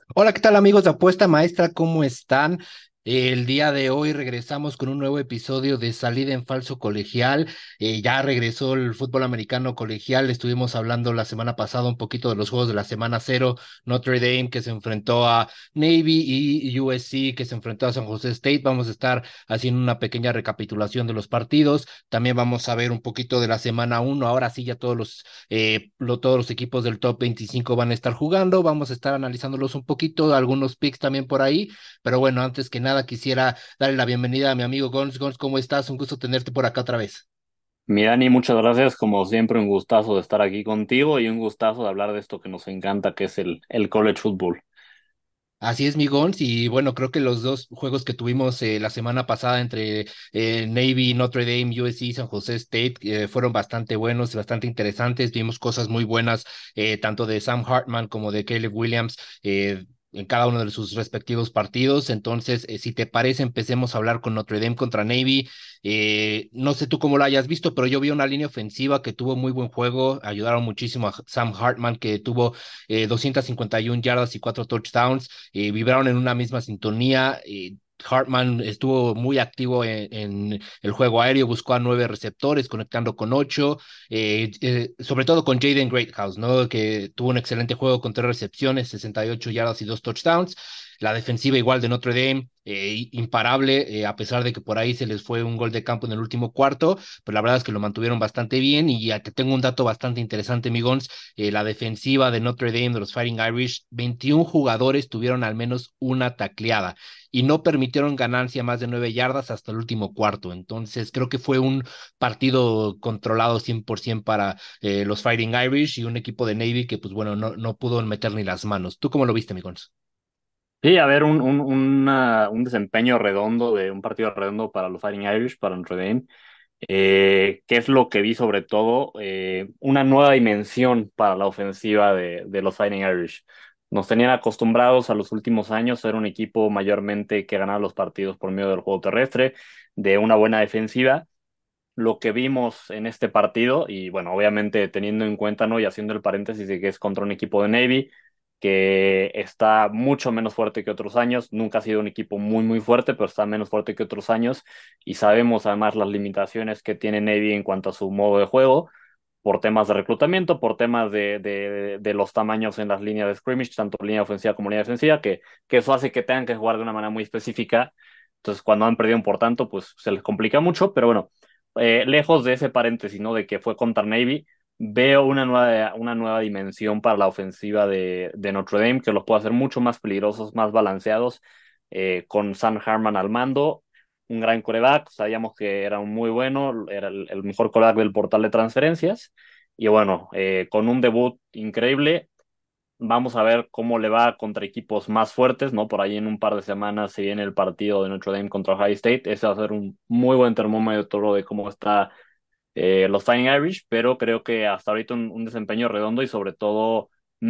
Hola, ¿qué tal amigos de Apuesta Maestra? ¿Cómo están? El día de hoy regresamos con un nuevo episodio de Salida en Falso Colegial. Ya regresó el fútbol americano colegial. Estuvimos hablando la semana pasada un poquito de los juegos de la semana cero. Notre Dame que se enfrentó a Navy y USC que se enfrentó a San José State. Vamos a estar haciendo una pequeña recapitulación de los partidos. También vamos a ver un poquito de la semana uno. Ahora sí, ya todos los equipos del top 25 van a estar jugando, vamos a estar analizándolos un poquito, algunos picks también por ahí, pero bueno, antes que nada quisiera darle la bienvenida a mi amigo Gons. Gons, ¿cómo estás? Un gusto tenerte por acá otra vez. Mi Dani, muchas gracias. Como siempre, un gustazo de estar aquí contigo y un gustazo de hablar de esto que nos encanta, que es el college football. Así es, mi Gons, y bueno, creo que los dos juegos que tuvimos la semana pasada entre Navy, Notre Dame, USC y San José State fueron bastante buenos, bastante interesantes. Vimos cosas muy buenas, tanto de Sam Hartman como de Caleb Williams. En cada uno de sus respectivos partidos. Entonces, si te parece, empecemos a hablar con Notre Dame contra Navy. No sé tú cómo lo hayas visto, pero yo vi una línea ofensiva que tuvo muy buen juego. Ayudaron muchísimo a Sam Hartman, que tuvo 251 yardas y 4 touchdowns. Vibraron en una misma sintonía. Hartman estuvo muy activo en el juego aéreo, buscó a 9 receptores, conectando con 8, sobre todo con Jaden Greathouse, ¿no? Que tuvo un excelente juego con 3 recepciones, 68 yardas y 2 touchdowns. La defensiva igual de Notre Dame, imparable, a pesar de que por ahí se les fue un gol de campo en el último cuarto, pero la verdad es que lo mantuvieron bastante bien. Y ya te tengo un dato bastante interesante, Migons. La defensiva de Notre Dame, de los Fighting Irish, 21 jugadores tuvieron al menos una tacleada y no permitieron ganancia más de 9 yardas hasta el último cuarto. Entonces creo que fue un partido controlado 100% para los Fighting Irish y un equipo de Navy que pues bueno, no pudo meter ni las manos. ¿Tú cómo lo viste, Migons? Sí, a ver, un desempeño redondo de un partido redondo para los Fighting Irish, para Notre Dame. ¿Qué es lo que vi sobre todo? Una nueva dimensión para la ofensiva de los Fighting Irish. Nos tenían acostumbrados a los últimos años a ser un equipo mayormente que ganaba los partidos por medio del juego terrestre, de una buena defensiva. Lo que vimos en este partido, y bueno, obviamente teniendo en cuenta, ¿no? Y haciendo el paréntesis de que es contra un equipo de Navy que está mucho menos fuerte que otros años, nunca ha sido un equipo muy, muy fuerte, pero está menos fuerte que otros años, y sabemos además las limitaciones que tiene Navy en cuanto a su modo de juego, por temas de reclutamiento, por temas de los tamaños en las líneas de scrimmage, tanto línea ofensiva como línea defensiva, que eso hace que tengan que jugar de una manera muy específica. Entonces, cuando han perdido por tanto, pues se les complica mucho, pero bueno, lejos de ese paréntesis, ¿no? De que fue contra Navy, veo una nueva dimensión para la ofensiva de Notre Dame, que los puede hacer mucho más peligrosos, más balanceados, con Sam Hartman al mando, un gran coreback, sabíamos que era un muy bueno, era el mejor coreback del portal de transferencias, y bueno, con un debut increíble. Vamos a ver cómo le va contra equipos más fuertes, ¿no? Por ahí en un par de semanas se viene el partido de Notre Dame contra Ohio State. Ese va a ser un muy buen termómetro de cómo está los Fighting Irish, pero creo que hasta ahorita un desempeño redondo y sobre todo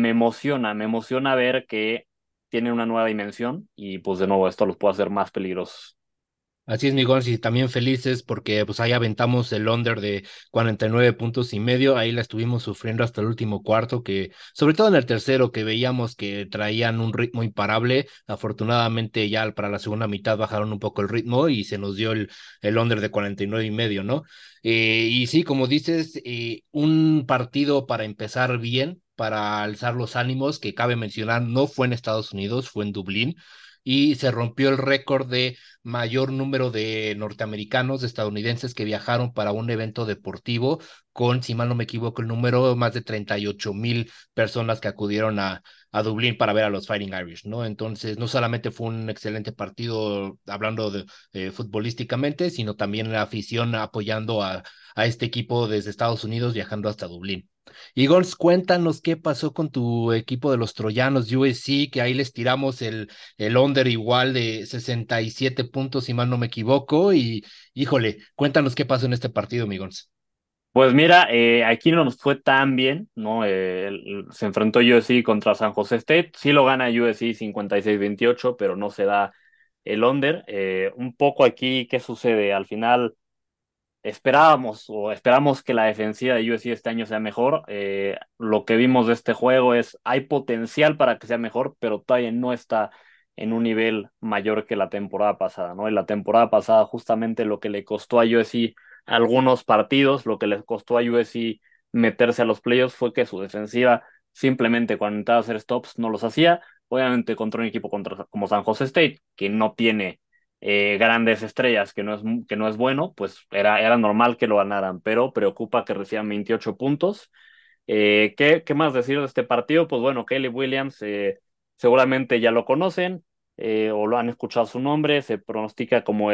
me emociona ver que tienen una nueva dimensión y pues de nuevo esto los puede hacer más peligrosos. Así es, mi Gons, y también felices porque pues ahí aventamos el under de 49 puntos y medio. Ahí la estuvimos sufriendo hasta el último cuarto, que sobre todo en el tercero, que veíamos que traían un ritmo imparable. Afortunadamente ya para la segunda mitad bajaron un poco el ritmo y se nos dio el under de 49 y medio, ¿no? Y sí, como dices, un partido para empezar bien, para alzar los ánimos, que cabe mencionar, no fue en Estados Unidos, fue en Dublín. Y se rompió el récord de mayor número de norteamericanos, de estadounidenses que viajaron para un evento deportivo, con, si mal no me equivoco, el número más de 38,000 personas que acudieron a Dublín para ver a los Fighting Irish, ¿no? Entonces, no solamente fue un excelente partido hablando de futbolísticamente, sino también la afición apoyando a este equipo desde Estados Unidos viajando hasta Dublín. Igor, cuéntanos qué pasó con tu equipo de los troyanos USC, que ahí les tiramos el under igual de 67 puntos, si mal no me equivoco. Y híjole, cuéntanos qué pasó en este partido, amigos. Pues mira, aquí no nos fue tan bien, ¿no? Se enfrentó USC contra San José State, sí lo gana USC 56-28, pero no se da el under. Un poco aquí, ¿qué sucede? Al final. esperábamos o esperamos que la defensiva de USC este año sea mejor. Lo que vimos de este juego es, hay potencial para que sea mejor, pero todavía no está en un nivel mayor que la temporada pasada, ¿no? En la temporada pasada justamente lo que le costó a USC algunos partidos, lo que les costó a USC meterse a los playoffs fue que su defensiva simplemente cuando intentaba hacer stops no los hacía. Obviamente contra un equipo como San Jose State, que no tiene grandes estrellas, que no es bueno, pues era normal que lo ganaran, pero preocupa que reciban 28 puntos. ¿Qué más decir de este partido? Pues bueno, Caleb Williams seguramente ya lo conocen o lo han escuchado su nombre, se pronostica como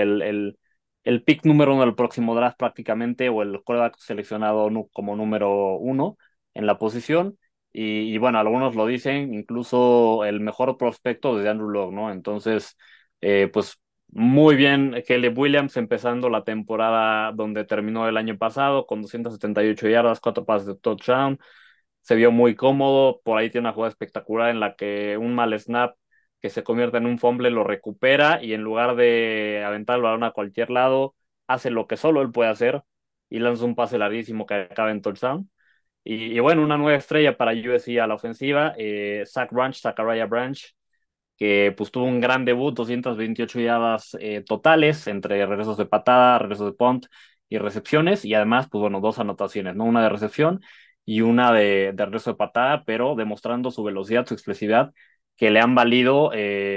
el pick número uno del próximo draft prácticamente, o el quarterback seleccionado como número uno en la posición. Y bueno, algunos lo dicen, incluso el mejor prospecto de Andrew Luck, ¿no? Entonces, pues muy bien, Caleb Williams empezando la temporada donde terminó el año pasado con 278 yardas, 4 pases de touchdown. Se vio muy cómodo, por ahí tiene una jugada espectacular en la que un mal snap que se convierte en un fumble lo recupera y en lugar de aventar el balón a cualquier lado, hace lo que solo él puede hacer y lanza un pase larguísimo que acaba en touchdown. Y bueno, una nueva estrella para USC a la ofensiva, Zachariah Branch, que pues tuvo un gran debut, 228 yardas totales entre regresos de patada, regresos de punt y recepciones, y además, pues bueno, dos anotaciones, ¿no? Una de recepción y una de regreso de patada, pero demostrando su velocidad, su explosividad, que le han valido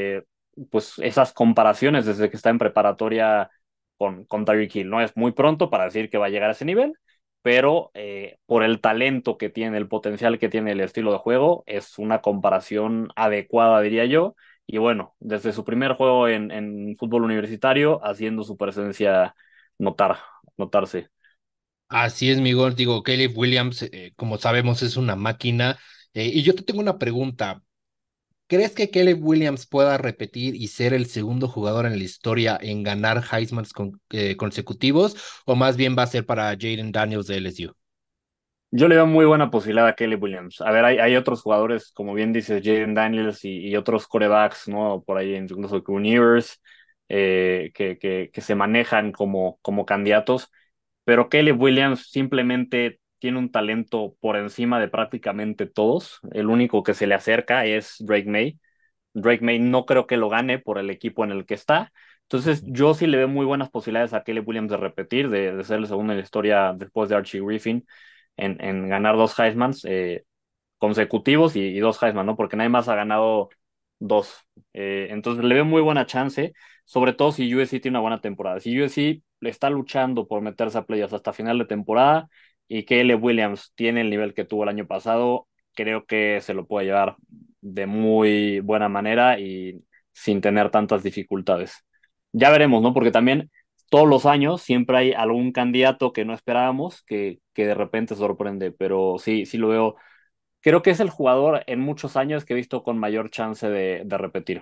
pues esas comparaciones desde que está en preparatoria con Tyreek Hill, ¿no? Es muy pronto para decir que va a llegar a ese nivel, pero por el talento que tiene, el potencial que tiene el estilo de juego, es una comparación adecuada, diría yo. Y bueno, desde su primer juego en fútbol universitario, haciendo su presencia notar, notarse. Así es, mi gol. Digo, Caleb Williams, como sabemos, es una máquina. Y yo te tengo una pregunta. ¿Crees que Caleb Williams pueda repetir y ser el segundo jugador en la historia en ganar Heismans consecutivos? ¿O más bien va a ser para Jaden Daniels de LSU? Yo le veo muy buena posibilidad a Kelly Williams. A ver, hay otros jugadores, como bien dices, Jaden Daniels y otros corebacks, ¿no? Por ahí, incluso Quinn Ewers, que se manejan como candidatos. Pero Caleb Williams simplemente tiene un talento por encima de prácticamente todos. El único que se le acerca es Drake May. Drake May no creo que lo gane por el equipo en el que está. Entonces, yo sí le veo muy buenas posibilidades a Caleb Williams de repetir, de ser el segundo en la historia después de Archie Griffin en ganar dos Heismans consecutivos y dos Heisman, ¿no? Porque nadie más ha ganado dos. Entonces, le veo muy buena chance, sobre todo si USC tiene una buena temporada. Si USC le está luchando por meterse a playoffs hasta final de temporada y Caleb Williams tiene el nivel que tuvo el año pasado, creo que se lo puede llevar de muy buena manera y sin tener tantas dificultades. Ya veremos, ¿no? Porque también todos los años siempre hay algún candidato que no esperábamos que de repente sorprende, pero sí, sí lo veo. Creo que es el jugador en muchos años que he visto con mayor chance de repetir.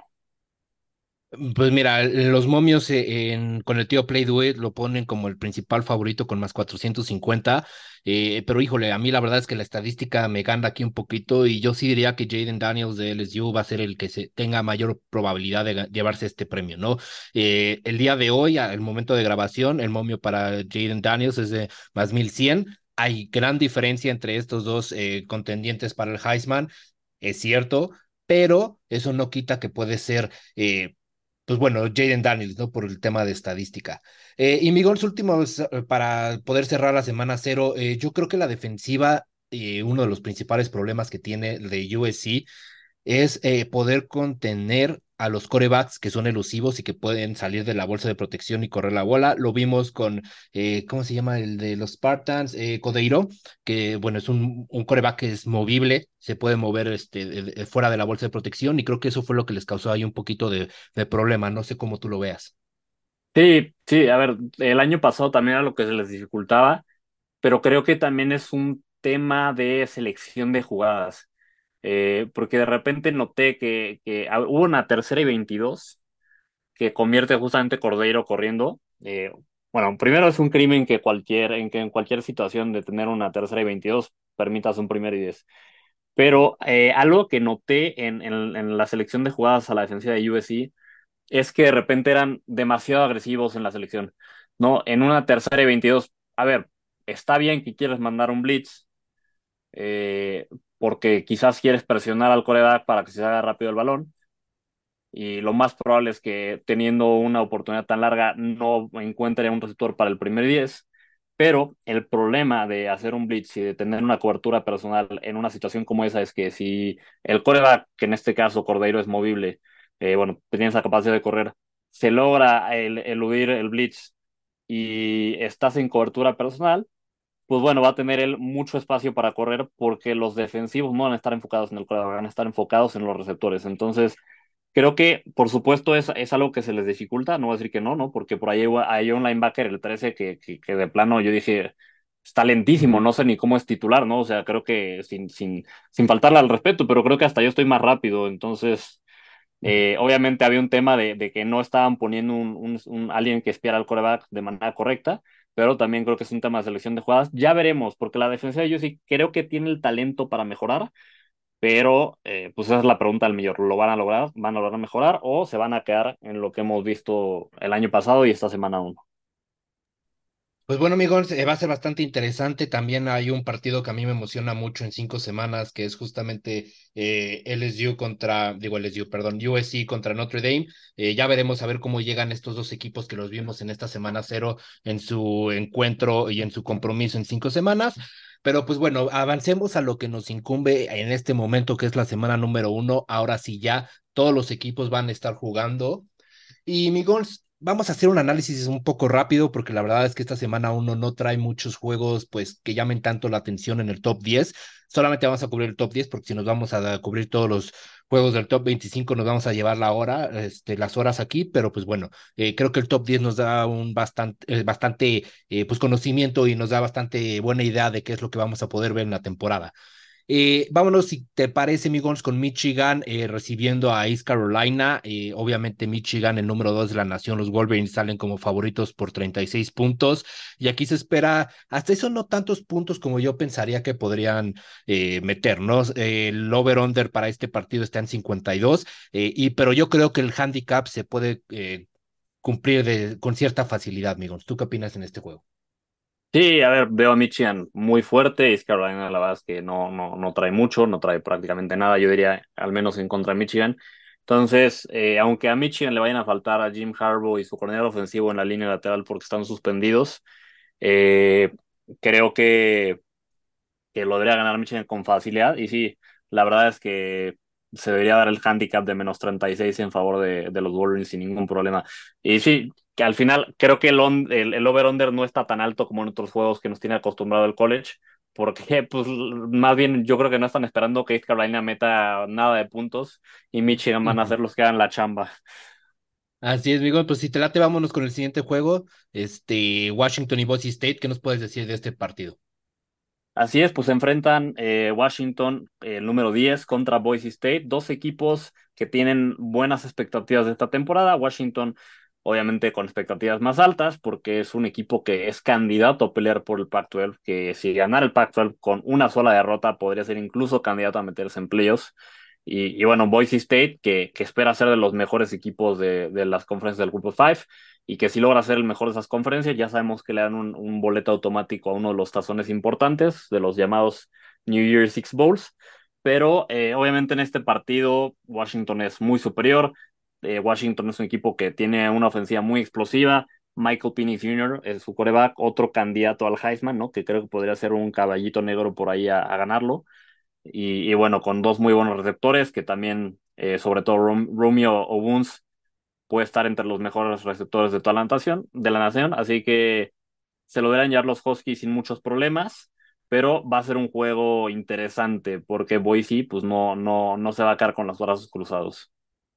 Pues mira, los momios con el tío Play Do It lo ponen como el principal favorito con más 450, pero híjole, a mí la verdad es que la estadística me gana aquí un poquito y yo sí diría que Jaden Daniels de LSU va a ser el que tenga mayor probabilidad de llevarse este premio, ¿no? El día de hoy, al momento de grabación, el momio para Jaden Daniels es de más 1100. Hay gran diferencia entre estos dos contendientes para el Heisman, es cierto, pero eso no quita que puede ser... pues bueno, Jaden Daniels, ¿no? Por el tema de estadística. Y mi gol último para poder cerrar la semana cero, yo creo que la defensiva, uno de los principales problemas que tiene de USC es poder contener a los corebacks que son elusivos y que pueden salir de la bolsa de protección y correr la bola. Lo vimos con, ¿cómo se llama? El de los Spartans, Codeiro, que bueno, es un coreback que es movible, se puede mover fuera de la bolsa de protección y creo que eso fue lo que les causó ahí un poquito de problema. No sé cómo tú lo veas. Sí, sí, a ver, el año pasado también era lo que se les dificultaba, pero creo que también es un tema de selección de jugadas, porque de repente noté que hubo una tercera y 22 que convierte justamente Cordeiro corriendo. Bueno, primero es un crimen que en cualquier situación de tener una tercera y 22 permitas un primero y 10. Pero algo que noté en la selección de jugadas a la defensiva de USC es que de repente eran demasiado agresivos en la selección, ¿no? En una tercera y 22 a ver, está bien que quieres mandar un blitz, eh, porque quizás quieres presionar al quarterback para que se haga rápido el balón. Y lo más probable es que teniendo una oportunidad tan larga no encuentre un receptor para el primer 10. Pero el problema de hacer un blitz y de tener una cobertura personal en una situación como esa es que si el quarterback, que en este caso Cordeiro es movible, bueno, tiene esa capacidad de correr, se logra eludir el blitz y estás en cobertura personal, pues bueno, va a tener él mucho espacio para correr porque los defensivos no van a estar enfocados en el quarterback, van a estar enfocados en los receptores. Entonces, creo que, por supuesto, es algo que se les dificulta, no voy a decir que no, ¿no? Porque por ahí hay un linebacker, el 13 que de plano yo dije, está lentísimo, Ujú. no sé ni cómo es titular, ¿no? O sea, creo que sin faltarle al respeto, pero creo que hasta yo estoy más rápido, entonces... obviamente había un tema de que no estaban poniendo alguien que espiara al quarterback de manera correcta, pero también creo que es un tema de selección de jugadas. Ya veremos, porque la defensa yo sí creo que tiene el talento para mejorar, pero pues esa es la pregunta del millón. ¿Lo van a lograr? ¿Van a lograr mejorar o se van a quedar en lo que hemos visto el año pasado y esta semana uno? Pues bueno, amigos, va a ser bastante interesante. También hay un partido que a mí me emociona mucho en 5 semanas, que es justamente LSU contra, digo LSU, perdón, USC contra Notre Dame. Ya veremos a ver cómo llegan estos dos equipos que los vimos en esta semana cero en su encuentro y en su compromiso en 5 semanas. Pero pues bueno, avancemos a lo que nos incumbe en este momento, que es la semana número 1. Ahora sí ya todos los equipos van a estar jugando. Y Migons, vamos a hacer un análisis un poco rápido porque la verdad es que esta semana uno no trae muchos juegos pues que llamen tanto la atención en el top 10. Solamente vamos a cubrir el top 10 porque si nos vamos a cubrir todos los juegos del top 25 nos vamos a llevar la hora, las horas aquí, pero pues bueno, creo que el top 10 nos da un bastante pues conocimiento y nos da bastante buena idea de qué es lo que vamos a poder ver en la temporada. Vámonos, si te parece, amigos, con Michigan recibiendo a East Carolina. Obviamente, Michigan, el número 2 de la nación, los Wolverines salen como favoritos por 36 puntos. Y aquí se espera, hasta eso no tantos puntos como yo pensaría que podrían meternos. El over-under para este partido está en 52, pero yo creo que el handicap se puede cumplir con cierta facilidad, amigos. ¿Tú qué opinas en este juego? Sí, a ver, veo a Michigan muy fuerte. East Carolina, la verdad es que no trae mucho, no trae prácticamente nada, yo diría, al menos en contra de Michigan. Entonces, aunque a Michigan le vayan a faltar a Jim Harbaugh y su coordinador ofensivo en la línea lateral porque están suspendidos, eh, creo que lo debería ganar Michigan con facilidad. Y sí, la verdad es que se debería dar el handicap de -36 en favor de los Wolverines sin ningún problema. Y sí, que al final creo que el over-under no está tan alto como en otros juegos que nos tiene acostumbrado el college, porque pues más bien yo creo que no están esperando que East Carolina meta nada de puntos y Michigan van a Ujú. ser los que hagan la chamba. Así es, Miguel. Pues si te late, vámonos con el siguiente juego. Washington y Boise State. ¿Qué nos puedes decir de este partido? Así es, pues se enfrentan Washington, el número 10 contra Boise State, dos equipos que tienen buenas expectativas de esta temporada. Washington, obviamente, con expectativas más altas, porque es un equipo que es candidato a pelear por el Pac-12, que si ganara el Pac-12 con una sola derrota podría ser incluso candidato a meterse en playoffs. Y bueno, Boise State, que espera ser de los mejores equipos de las conferencias del Grupo 5 y que si logra ser el mejor de esas conferencias, ya sabemos que le dan un boleto automático a uno de los tazones importantes, de los llamados New Year's Six Bowls. Pero obviamente en este partido Washington es muy superior. Washington es un equipo que tiene una ofensiva muy explosiva. Michael Penix Jr. es su quarterback, otro candidato al Heisman, ¿no? Que creo que podría ser un caballito negro por ahí a ganarlo. Y bueno, con dos muy buenos receptores que también, sobre todo Romeo Obuns, puede estar entre los mejores receptores de toda la nación, así que se lo deberán llevar los Huskies sin muchos problemas, pero va a ser un juego interesante porque Boise pues no se va a quedar con los brazos cruzados.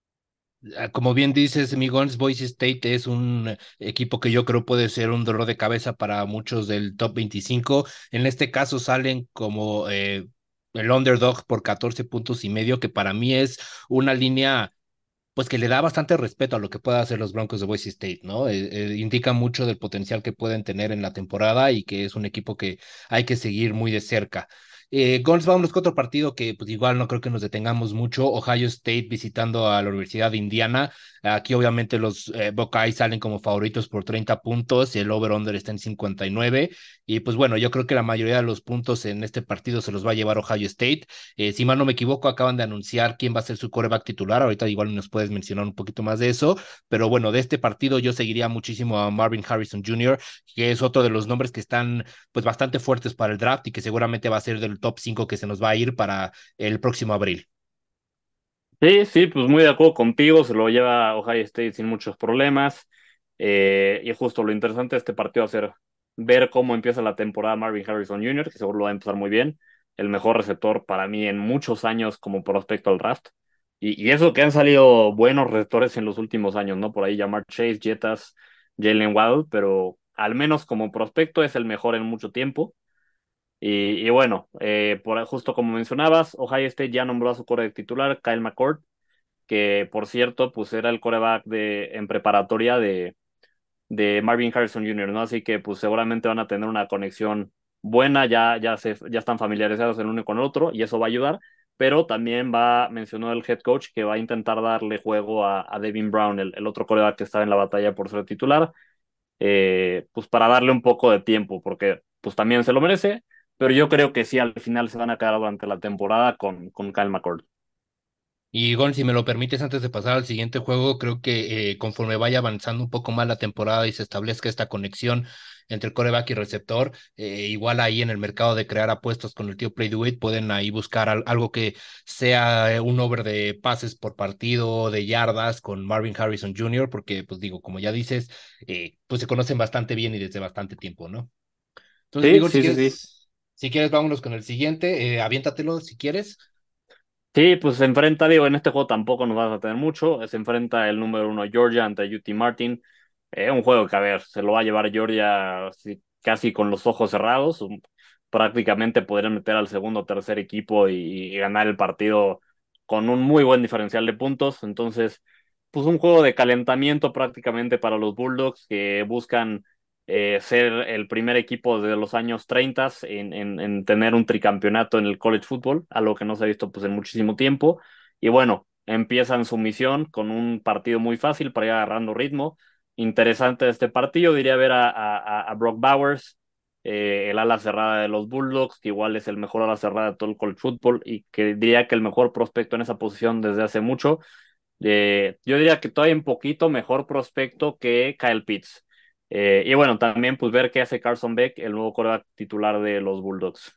Como bien dices, Migons, Boise State es un equipo que yo creo puede ser un dolor de cabeza para muchos del top 25. En este caso salen como el underdog por 14 puntos y medio, que para mí es una línea pues que le da bastante respeto a lo que puedan hacer los Broncos de Boise State, ¿no? Indica mucho del potencial que pueden tener en la temporada y que es un equipo que hay que seguir muy de cerca. Gons, vámonos con otro partido que pues igual no creo que nos detengamos mucho. Ohio State visitando a la Universidad de Indiana. Aquí obviamente los Buckeyes salen como favoritos por 30 puntos, el over-under está en 59 y pues bueno, yo creo que la mayoría de los puntos en este partido se los va a llevar Ohio State. Si mal no me equivoco, acaban de anunciar quién va a ser su quarterback titular, ahorita igual nos puedes mencionar un poquito más de eso, pero bueno, de este partido yo seguiría muchísimo a Marvin Harrison Jr., que es otro de los nombres que están pues bastante fuertes para el draft y que seguramente va a ser del top 5 que se nos va a ir para el próximo abril. Sí, sí, pues muy de acuerdo contigo, se lo lleva Ohio State sin muchos problemas. Y justo lo interesante de este partido va a ser ver cómo empieza la temporada Marvin Harrison Jr., que seguro lo va a empezar muy bien. El mejor receptor para mí en muchos años como prospecto al draft. Y eso que han salido buenos receptores en los últimos años, ¿no? Por ahí Jamar Chase, Jetas, Jalen Waddle, pero al menos como prospecto es el mejor en mucho tiempo. Y bueno, justo como mencionabas, Ohio State ya nombró a su quarterback titular, Kyle McCord, que por cierto, pues era el quarterback en preparatoria de Marvin Harrison Jr., ¿no? Así que pues seguramente van a tener una conexión buena, ya están familiarizados el uno con el otro y eso va a ayudar, pero también mencionó el head coach que va a intentar darle juego a Devin Brown, el otro quarterback que estaba en la batalla por ser titular, pues para darle un poco de tiempo, porque pues también se lo merece, pero yo creo que sí, al final se van a quedar durante la temporada con Kyle McCord. Y Gon, si me lo permites, antes de pasar al siguiente juego, creo que conforme vaya avanzando un poco más la temporada y se establezca esta conexión entre coreback y receptor, igual ahí en el mercado de crear apuestos con el tío Play Do It, pueden ahí buscar algo que sea un over de pases por partido, de yardas con Marvin Harrison Jr., porque pues digo, como ya dices, pues se conocen bastante bien y desde bastante tiempo, ¿no? Entonces, Sí, Miguel, sí, sí, sí. si quieres, vámonos con el siguiente, aviéntatelo si quieres. Sí, pues se enfrenta, digo, en este juego tampoco nos vas a tener mucho. Se enfrenta el número uno Georgia ante UT Martin. Un juego que, a ver, se lo va a llevar Georgia casi con los ojos cerrados. Prácticamente podrían meter al segundo o tercer equipo y ganar el partido con un muy buen diferencial de puntos. Entonces, pues un juego de calentamiento prácticamente para los Bulldogs que buscan ser el primer equipo de los años 30 en tener un tricampeonato en el college football, algo que no se ha visto pues en muchísimo tiempo. Y bueno, empiezan su misión con un partido muy fácil para ir agarrando ritmo. Interesante este partido, diría ver a Brock Bowers, el ala cerrada de los Bulldogs, que igual es el mejor ala cerrada de todo el college football y que diría que el mejor prospecto en esa posición desde hace mucho. Yo diría que todavía un poquito mejor prospecto que Kyle Pitts. Y bueno, también pues ver qué hace Carson Beck, el nuevo quarterback titular de los Bulldogs.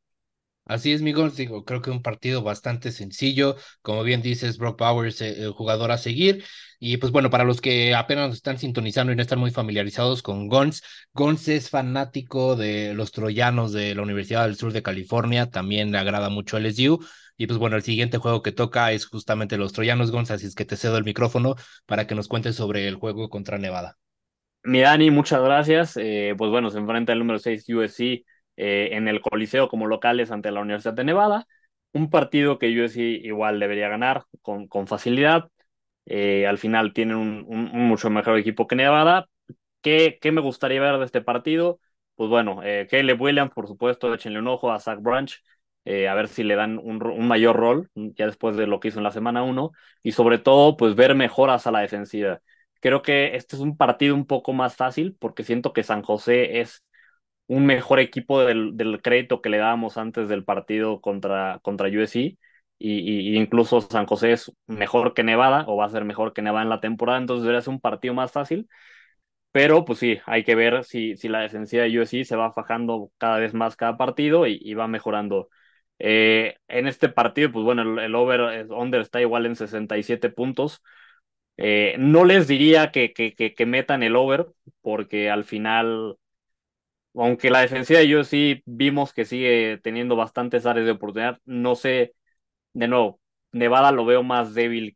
Así es, amigos, digo, creo que un partido bastante sencillo, como bien dices, Brock Bowers, el jugador a seguir, y pues bueno, para los que apenas nos están sintonizando y no están muy familiarizados con Gons, Gons es fanático de los troyanos de la Universidad del Sur de California, también le agrada mucho LSU, y pues bueno, el siguiente juego que toca es justamente los troyanos, Gons, así es que te cedo el micrófono para que nos cuentes sobre el juego contra Nevada. Mi Dani, muchas gracias. Pues bueno, se enfrenta el número 6 USC en el Coliseo como locales ante la Universidad de Nevada. Un partido que USC igual debería ganar con facilidad. Al final tienen un mucho mejor equipo que Nevada. ¿Qué me gustaría ver de este partido? Pues bueno, Caleb Williams, por supuesto, échenle un ojo a Zach Branch, a ver si le dan un mayor rol, ya después de lo que hizo en la semana uno y sobre todo, pues ver mejoras a la defensiva. Creo que este es un partido un poco más fácil, porque siento que San José es un mejor equipo del crédito que le dábamos antes del partido contra USC. Y incluso San José es mejor que Nevada, o va a ser mejor que Nevada en la temporada, entonces debería ser un partido más fácil. Pero pues sí, hay que ver si la defensiva de USC se va fajando cada vez más cada partido y va mejorando. En este partido, pues bueno, el under está igual en 67 puntos. No les diría que metan el over, porque al final, aunque la defensiva de USC vimos que sigue teniendo bastantes áreas de oportunidad, no sé, de nuevo, Nevada lo veo más débil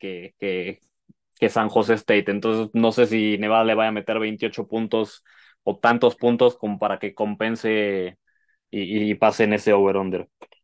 que San José State. Entonces, no sé si Nevada le vaya a meter 28 puntos o tantos puntos como para que compense y pasen ese over-under.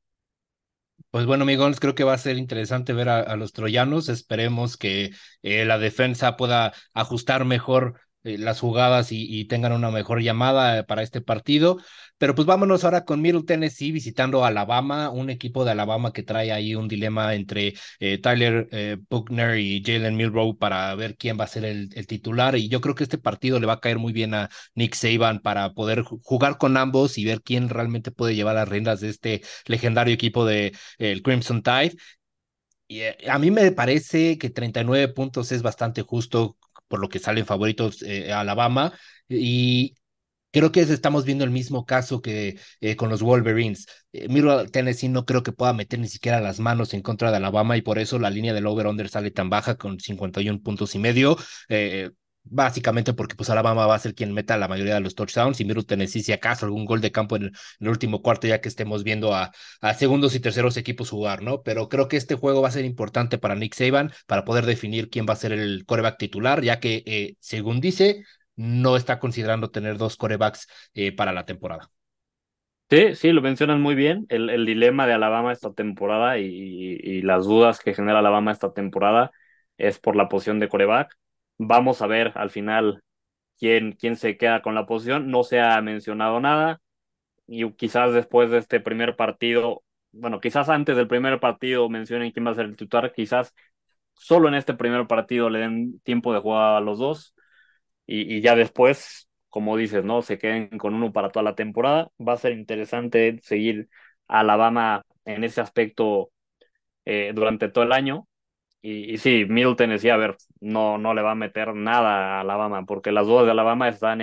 Pues bueno, amigos, creo que va a ser interesante ver a los troyanos. Esperemos que la defensa pueda ajustar mejor las jugadas y tengan una mejor llamada para este partido. Pero pues vámonos ahora con Middle Tennessee visitando a Alabama, un equipo de Alabama que trae ahí un dilema entre Tyler Buchner y Jalen Milroe para ver quién va a ser el titular. Y yo creo que este partido le va a caer muy bien a Nick Saban para poder jugar con ambos y ver quién realmente puede llevar las riendas de este legendario equipo de el Crimson Tide. Y a mí me parece que 39 puntos es bastante justo por lo que salen favoritos Alabama. Y creo que estamos viendo el mismo caso que con los Wolverines. Miro Tennessee no creo que pueda meter ni siquiera las manos en contra de Alabama y por eso la línea del over-under sale tan baja con 51 puntos y medio. Básicamente porque pues Alabama va a ser quien meta la mayoría de los touchdowns y Miro Tennessee si acaso algún gol de campo en el último cuarto ya que estemos viendo a segundos y terceros equipos jugar, ¿no? Pero creo que este juego va a ser importante para Nick Saban para poder definir quién va a ser el quarterback titular, ya que según dice no está considerando tener dos corebacks para la temporada. Sí, sí, lo mencionas muy bien. El dilema de Alabama esta temporada y las dudas que genera Alabama esta temporada es por la posición de coreback. Vamos a ver al final quién se queda con la posición. No se ha mencionado nada y quizás después de este primer partido, bueno, quizás antes del primer partido mencionen quién va a ser el titular, quizás solo en este primer partido le den tiempo de jugar a los dos y ya después, como dices, ¿no? Se queden con uno para toda la temporada. Va a ser interesante seguir a Alabama en ese aspecto durante todo el año. Y sí, Middle Tennessee, a ver, no le va a meter nada a Alabama, porque las dudas de Alabama están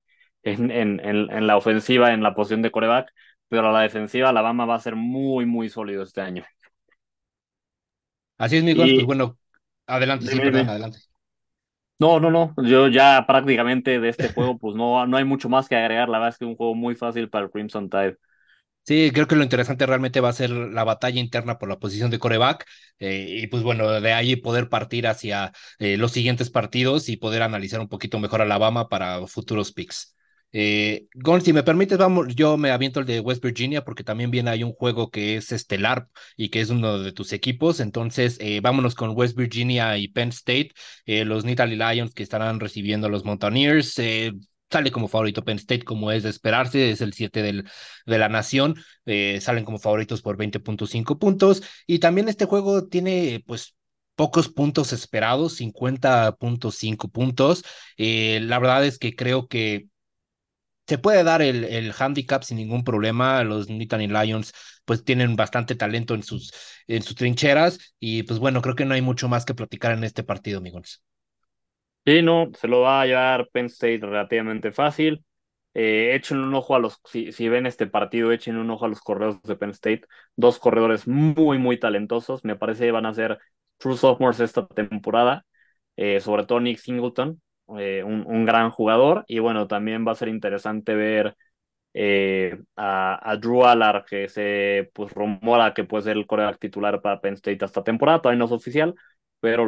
en la ofensiva, en la posición de coreback, pero a la defensiva Alabama va a ser muy, muy sólido este año. Así es, amigos, pues Y bueno, adelante, sí, dime, perdón, dime. adelante. No. Yo ya prácticamente de este juego, pues no hay mucho más que agregar. La verdad es que es un juego muy fácil para el Crimson Tide. Sí, creo que lo interesante realmente va a ser la batalla interna por la posición de coreback y pues bueno, de ahí poder partir hacia los siguientes partidos y poder analizar un poquito mejor a Alabama para futuros picks. Gon, si me permites, vamos, yo me aviento el de West Virginia porque también viene ahí un juego que es estelar y que es uno de tus equipos, entonces vámonos con West Virginia y Penn State, los Nittany Lions que estarán recibiendo a los Mountaineers. Sale como favorito Penn State, como es de esperarse, es el 7 de la nación, salen como favoritos por 20.5 puntos. Y también este juego tiene, pues, pocos puntos esperados, 50.5 puntos. La verdad es que creo que se puede dar el handicap sin ningún problema. Los Nittany Lions pues tienen bastante talento en sus trincheras y pues bueno, creo que no hay mucho más que platicar en este partido, amigos. Sí, no, se lo va a llevar Penn State relativamente fácil. Echen un ojo a si ven este partido, echen un ojo a los corredores de Penn State. Dos corredores muy, muy talentosos. Me parece que van a ser true sophomores esta temporada. Sobre todo Nick Singleton, un gran jugador. Y bueno, también va a ser interesante ver a Drew Allard, que se pues rumora que puede ser el quarterback titular para Penn State esta temporada. Todavía no es oficial, pero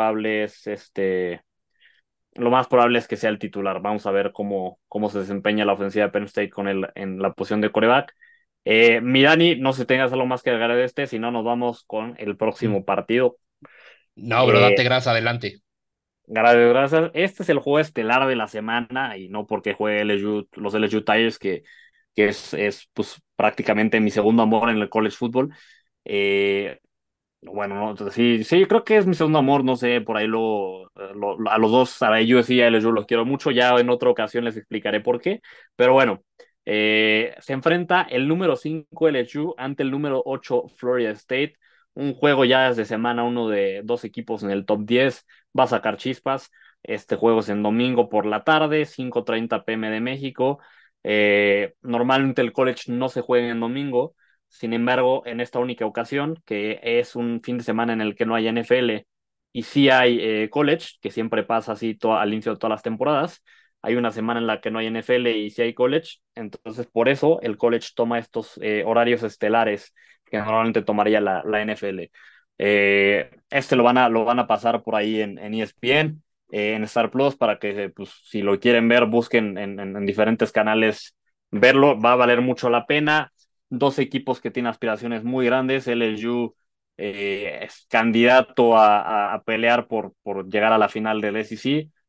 lo más probable es que sea el titular. Vamos a ver cómo se desempeña la ofensiva de Penn State con él en la posición de coreback. Mi Dani, no sé si tengas algo más que agregar de este, si no, nos vamos con el Mm. próximo partido. No, bro, Eh, date grasa, adelante. Gracias, gracias. Este es el juego estelar de la semana y no porque juegue los LSU Tigers, que es pues, prácticamente mi segundo amor en el college football. Eh, bueno, no, sí, sí, creo que es mi segundo amor, no sé, por ahí a los dos, a USC y a LSU los quiero mucho, ya en otra ocasión les explicaré por qué, pero bueno, se enfrenta el número 5 LSU ante el número 8 Florida State, un juego ya desde semana uno de dos equipos en el top 10, va a sacar chispas, este juego es en domingo por la tarde, 5:30 p.m. de México, normalmente el college no se juega en domingo. Sin embargo, en esta única ocasión, que es un fin de semana en el que no hay NFL y sí hay college, que siempre pasa así al inicio de todas las temporadas, hay una semana en la que no hay NFL y sí hay college, entonces por eso el college toma estos horarios estelares que normalmente tomaría la NFL. Este lo van a pasar por ahí en ESPN, en Star Plus, para que pues, si lo quieren ver, busquen en diferentes canales verlo, va a valer mucho la pena. Dos equipos que tienen aspiraciones muy grandes. LSU es candidato a pelear por llegar a la final del SEC.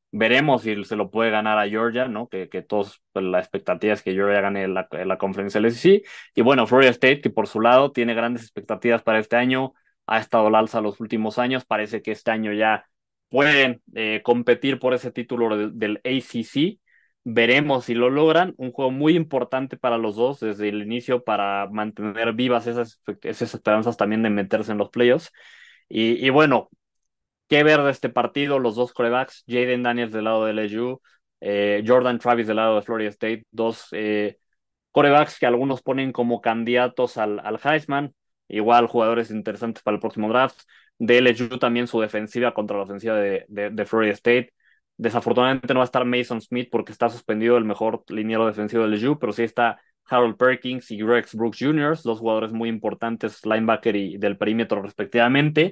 Veremos si se lo puede ganar a Georgia, ¿no? Que todos, pues, la expectativa es que Georgia gane la conferencia del SEC. Y bueno, Florida State, que por su lado tiene grandes expectativas para este año, ha estado al alza los últimos años. Parece que este año ya pueden competir por ese título del ACC. Veremos si lo logran. Un juego muy importante para los dos desde el inicio para mantener vivas esas esperanzas también de meterse en los playoffs. Y bueno, qué ver de este partido, los dos corebacks, Jaden Daniels del lado de LSU, Jordan Travis del lado de Florida State, dos corebacks que algunos ponen como candidatos al Heisman, igual jugadores interesantes para el próximo draft. De LSU también su defensiva contra la ofensiva de Florida State. Desafortunadamente no va a estar Mason Smith porque está suspendido el mejor liniero defensivo de LSU, pero sí está Harold Perkins y Rex Brooks Jr., dos jugadores muy importantes, linebacker y del perímetro respectivamente.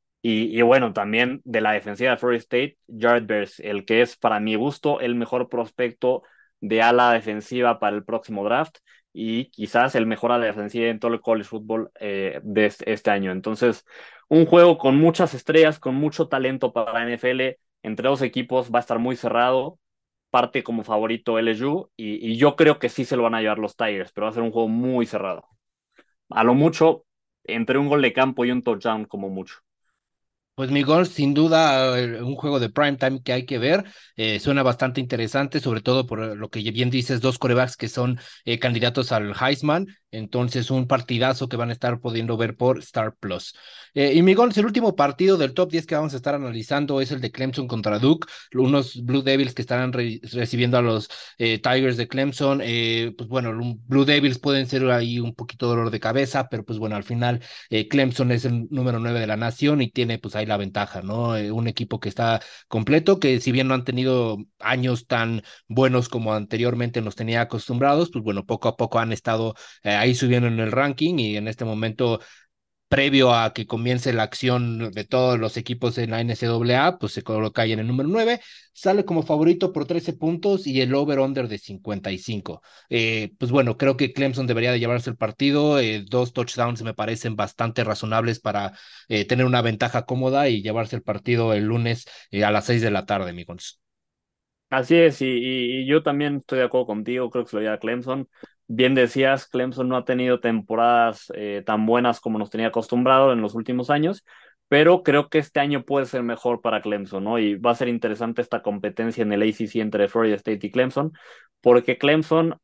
Y bueno, también de la defensiva de Florida State, Jared Verse, el que es para mi gusto el mejor prospecto de ala defensiva para el próximo draft y quizás el mejor ala defensiva en todo el college football de este año. Entonces, un juego con muchas estrellas, con mucho talento para la NFL, entre dos equipos va a estar muy cerrado, parte como favorito LSU y yo creo que sí se lo van a llevar los Tigers, pero va a ser un juego muy cerrado. A lo mucho, entre un gol de campo y un touchdown como mucho. Pues mi gol, sin duda, un juego de prime time que hay que ver. Suena bastante interesante, sobre todo por lo que bien dices, dos corebacks que son candidatos al Heisman. Entonces, un partidazo que van a estar pudiendo ver por Star Plus. Y mi gol, el último partido del top 10 que vamos a estar analizando es el de Clemson contra Duke, unos Blue Devils que estarán recibiendo a los Tigers de Clemson. Pues bueno, Blue Devils pueden ser ahí un poquito dolor de cabeza, pero pues bueno, al final Clemson es el número 9 de la nación y tiene pues ahí la ventaja, ¿no? Un equipo que está completo, que si bien no han tenido años tan buenos como anteriormente nos tenía acostumbrados, pues bueno, poco a poco han estado ahí subiendo en el ranking y en este momento previo a que comience la acción de todos los equipos en la NCAA, pues se coloca ahí en el número 9, sale como favorito por 13 puntos y el over-under de 55. Pues bueno, creo que Clemson debería de llevarse el partido, dos touchdowns me parecen bastante razonables para tener una ventaja cómoda y llevarse el partido el lunes a las 6 de la tarde, amigos. Así es, y yo también estoy de acuerdo contigo, creo que se lo lleva Clemson. Bien decías, Clemson no ha tenido temporadas tan buenas como nos tenía acostumbrado en los últimos años, pero creo que este año puede ser mejor para Clemson, ¿no? Y va a ser interesante esta competencia en el ACC entre Florida State y Clemson, porque Clemson,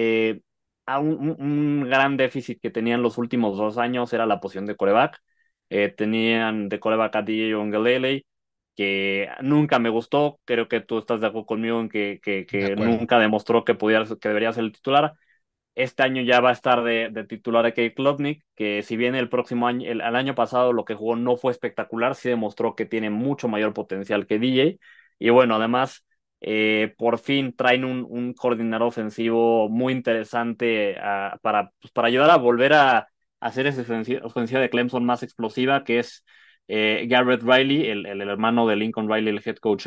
a un gran déficit que tenían los últimos 2 años era la posición de coreback. Tenían de coreback a DJ Ongelele, que nunca me gustó. Creo que tú estás de acuerdo conmigo en De que acuerdo. nunca demostró que debería ser el titular. Este año ya va a estar de titular a Kate Klubnik, que si bien el próximo año, el año pasado lo que jugó no fue espectacular, sí demostró que tiene mucho mayor potencial que DJ. Y bueno, además, por fin traen un coordinador ofensivo muy interesante pues, para ayudar a volver a hacer esa ofensiva de Clemson más explosiva, que es Garrett Riley, el hermano de Lincoln Riley, el head coach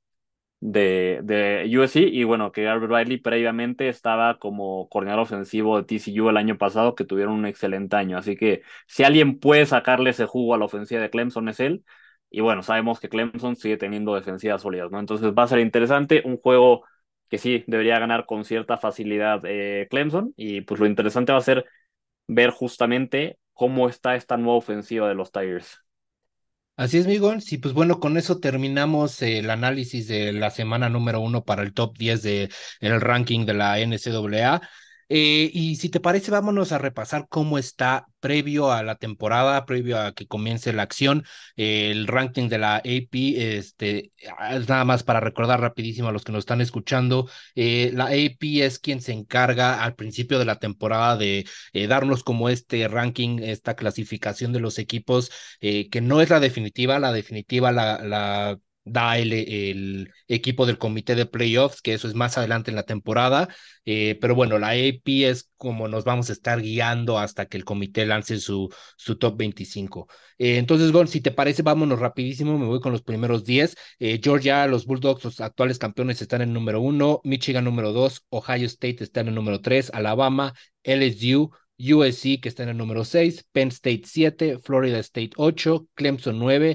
de USC. Y bueno, que Garrett Riley previamente estaba como coordinador ofensivo de TCU el año pasado, que tuvieron un excelente año. Así que si alguien puede sacarle ese jugo a la ofensiva de Clemson es él. Y bueno, sabemos que Clemson sigue teniendo defensivas sólidas, ¿no? Entonces va a ser interesante, un juego que sí debería ganar con cierta facilidad Clemson. Y pues lo interesante va a ser ver justamente cómo está esta nueva ofensiva de los Tigers. Así es, Miguel. Sí, pues bueno, con eso terminamos el análisis de la semana número 1 para el top 10 de el ranking de la NCAA. Y si te parece, vámonos a repasar cómo está previo a la temporada, previo a que comience la acción, el ranking de la AP. Es nada más para recordar rapidísimo a los que nos están escuchando. La AP es quien se encarga al principio de la temporada de darnos como este ranking, esta clasificación de los equipos que no es la definitiva la da el equipo del comité de playoffs, que eso es más adelante en la temporada, pero bueno, la AP es como nos vamos a estar guiando hasta que el comité lance su top 25. Entonces, Gon, si te parece, vámonos rapidísimo, me voy con los primeros 10. Georgia, los Bulldogs, los actuales campeones, están en el número 1, Michigan número 2, Ohio State está en el número 3, Alabama, LSU, USC, que está en el número 6, Penn State 7, Florida State 8, Clemson 9,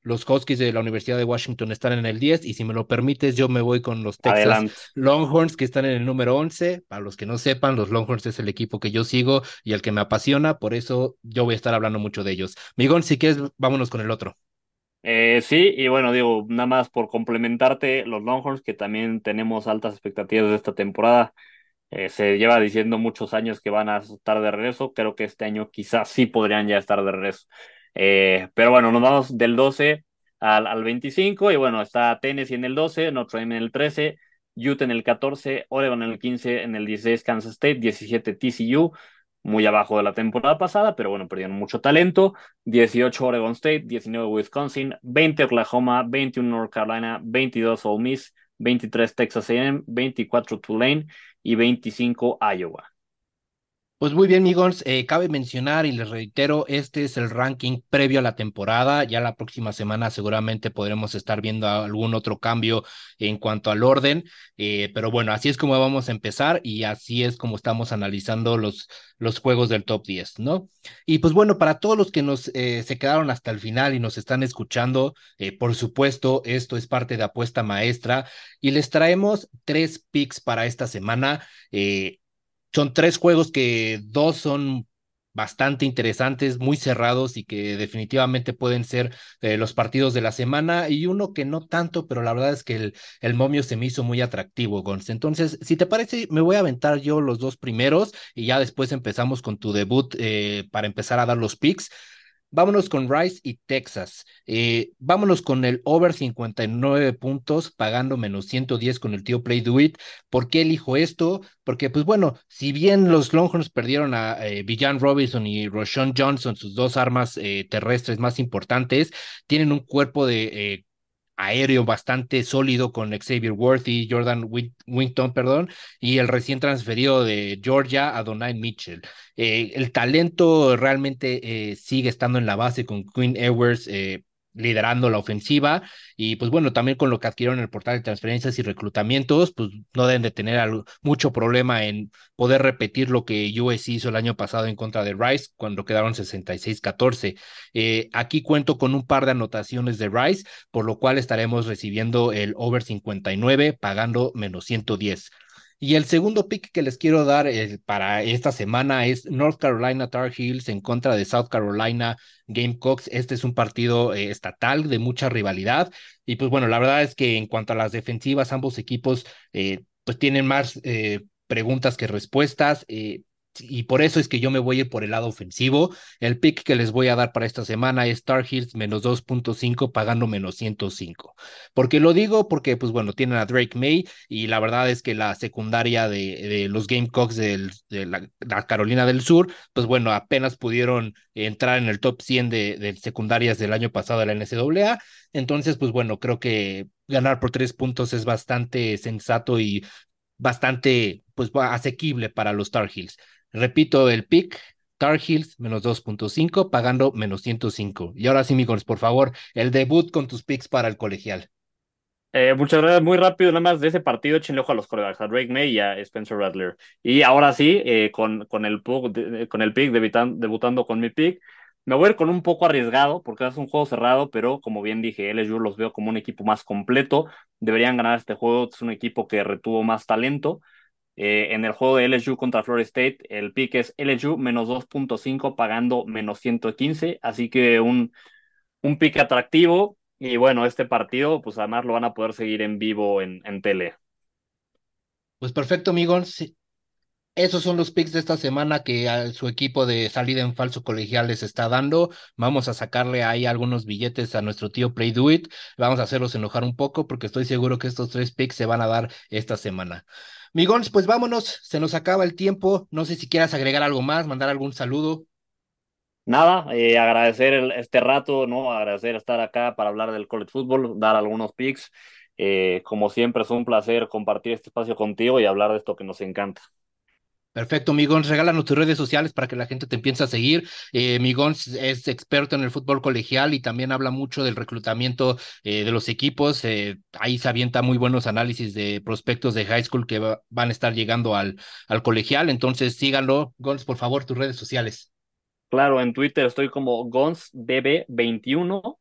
los Huskies de la Universidad de Washington están en el 10 y si me lo permites yo me voy con los Texas Adelante. Longhorns que están en el número 11. Para los que no sepan, los Longhorns es el equipo que yo sigo y el que me apasiona, por eso yo voy a estar hablando mucho de ellos. Migón, si quieres, vámonos con el otro. Sí, y bueno, digo, nada más por complementarte, los Longhorns, que también tenemos altas expectativas de esta temporada. Se lleva diciendo muchos años que van a estar de regreso. Creo que este año quizás sí podrían ya estar de regreso. Pero bueno, nos vamos del 12 al 25. Y bueno, está Tennessee en el 12, Notre Dame en el 13, Utah en el 14, Oregon en el 15, en el 16 Kansas State, 17 TCU, muy abajo de la temporada pasada, pero bueno, perdieron mucho talento. 18 Oregon State, 19 Wisconsin, 20 Oklahoma, 21 North Carolina, 22 Ole Miss, 23 Texas A&M, 24 Tulane y 25 Iowa. Pues muy bien, Migons. Cabe mencionar y les reitero, este es el ranking previo a la temporada. Ya la próxima semana seguramente podremos estar viendo algún otro cambio en cuanto al orden. Pero bueno, así es como vamos a empezar y así es como estamos analizando los juegos del top 10, ¿no? Y pues bueno, para todos los que nos se quedaron hasta el final y nos están escuchando, por supuesto, esto es parte de Apuesta Maestra y les traemos tres picks para esta semana. Son tres juegos que dos son bastante interesantes, muy cerrados y que definitivamente pueden ser los partidos de la semana y uno que no tanto, pero la verdad es que el momio se me hizo muy atractivo, Gonz. Entonces, si te parece, me voy a aventar yo los dos primeros y ya después empezamos con tu debut para empezar a dar los picks. Vámonos con Rice y Texas. Vámonos con el over 59 puntos, pagando menos 110 con el tío Play Do It. ¿Por qué elijo esto? Porque, pues bueno, si bien los Longhorns perdieron a Villan Robinson y Roschon Johnson, sus dos armas terrestres más importantes, tienen un cuerpo de aéreo bastante sólido con Xavier Worthy, Wington, perdón, y el recién transferido de Georgia, Adonai Mitchell. El talento realmente sigue estando en la base con Quinn Ewers liderando la ofensiva y pues bueno, también con lo que adquirieron en el portal de transferencias y reclutamientos, pues no deben de tener mucho problema en poder repetir lo que USC hizo el año pasado en contra de Rice cuando quedaron 66-14. Aquí cuento con un par de anotaciones de Rice por lo cual estaremos recibiendo el over 59 pagando menos 110. Y el segundo pick que les quiero dar para esta semana es North Carolina Tar Heels en contra de South Carolina Gamecocks. Este es un partido estatal de mucha rivalidad. Y pues bueno, la verdad es que en cuanto a las defensivas, ambos equipos pues tienen más preguntas que respuestas. Y por eso es que yo me voy a ir por el lado ofensivo. El pick que les voy a dar para esta semana es Tar Heels menos 2.5 pagando menos 105. ¿Por qué lo digo? Porque pues bueno, tienen a Drake May y la verdad es que la secundaria de los Gamecocks de la Carolina del Sur, pues bueno, apenas pudieron entrar en el top 100 de secundarias del año pasado de la NCAA. Entonces, pues bueno, creo que ganar por 3 puntos es bastante sensato y bastante pues asequible para los Tar Heels. Repito el pick, Tar Heels menos 2.5 pagando menos 105. Y ahora sí, Migos, por favor, el debut con tus picks para el colegial. Muchas gracias, muy rápido, nada más de ese partido, échenle ojo a los corebacks, a Drake May y a Spencer Rattler. Y ahora sí, con el pick, debutando con mi pick, me voy a ir con un poco arriesgado, porque es un juego cerrado, pero como bien dije, LSU los veo como un equipo más completo, deberían ganar este juego, es un equipo que retuvo más talento. En el juego de LSU contra Florida State, el pick es LSU menos 2.5 pagando menos 115, así que un pick atractivo. Y bueno, este partido, pues además lo van a poder seguir en vivo en tele. Pues perfecto, Migos. Sí, esos son los picks de esta semana que a su equipo de salida en falso colegial les está dando. Vamos a sacarle ahí algunos billetes a nuestro tío Play Do It. Vamos a hacerlos enojar un poco porque estoy seguro que estos tres picks se van a dar esta semana. Migons, pues vámonos, se nos acaba el tiempo. No sé si quieras agregar algo más, mandar algún saludo. Nada, agradecer este rato, ¿no? Agradecer estar acá para hablar del college football, dar algunos picks. Como siempre, es un placer compartir este espacio contigo y hablar de esto que nos encanta. Perfecto, Migons, regálanos tus redes sociales para que la gente te empiece a seguir. Migons es experto en el fútbol colegial y también habla mucho del reclutamiento de los equipos. Ahí se avienta muy buenos análisis de prospectos de high school que van a estar llegando al colegial. Entonces, síganlo. Gons, por favor, tus redes sociales. Claro, en Twitter estoy como GonsDB21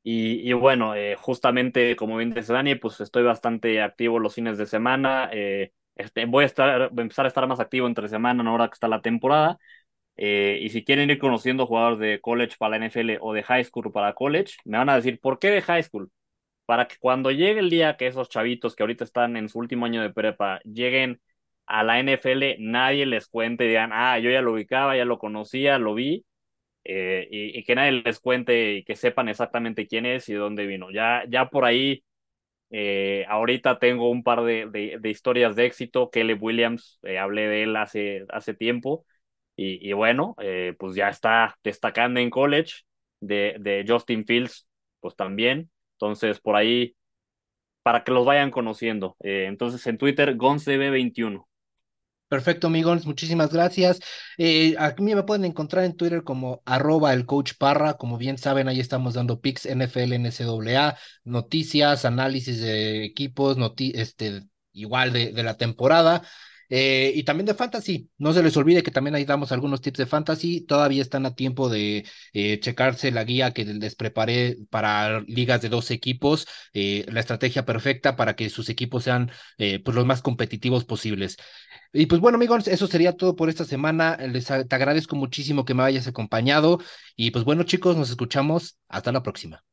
Y bueno, justamente como bien dice Dani, pues estoy bastante activo los fines de semana. Voy a empezar a estar más activo entre semana, ¿no? Ahora que está la temporada. Y si quieren ir conociendo jugadores de college para la NFL o de high school para college, me van a decir, ¿por qué de high school? Para que cuando llegue el día que esos chavitos que ahorita están en su último año de prepa lleguen a la NFL, nadie les cuente y digan, ah, yo ya lo ubicaba, ya lo conocía, lo vi, y que nadie les cuente y que sepan exactamente quién es y de dónde vino. Ya por ahí, ahorita tengo un par de historias de éxito. Caleb Williams, hablé de él hace tiempo y bueno, pues ya está destacando en college, de Justin Fields, pues también. Entonces, por ahí, para que los vayan conociendo. Entonces, en Twitter, GonsDB21. Perfecto, amigos, muchísimas gracias. A mí me pueden encontrar en Twitter como @el coach Parra. Como bien saben, ahí estamos dando picks NFL, NCAA, noticias, análisis de equipos, igual de la temporada. Y también de fantasy. No se les olvide que también ahí damos algunos tips de fantasy. Todavía están a tiempo de checarse la guía que les preparé para ligas de 2 equipos, la estrategia perfecta para que sus equipos sean pues los más competitivos posibles. Y pues bueno, amigos, eso sería todo por esta semana. Te agradezco muchísimo que me hayas acompañado. Y pues bueno, chicos, nos escuchamos. Hasta la próxima.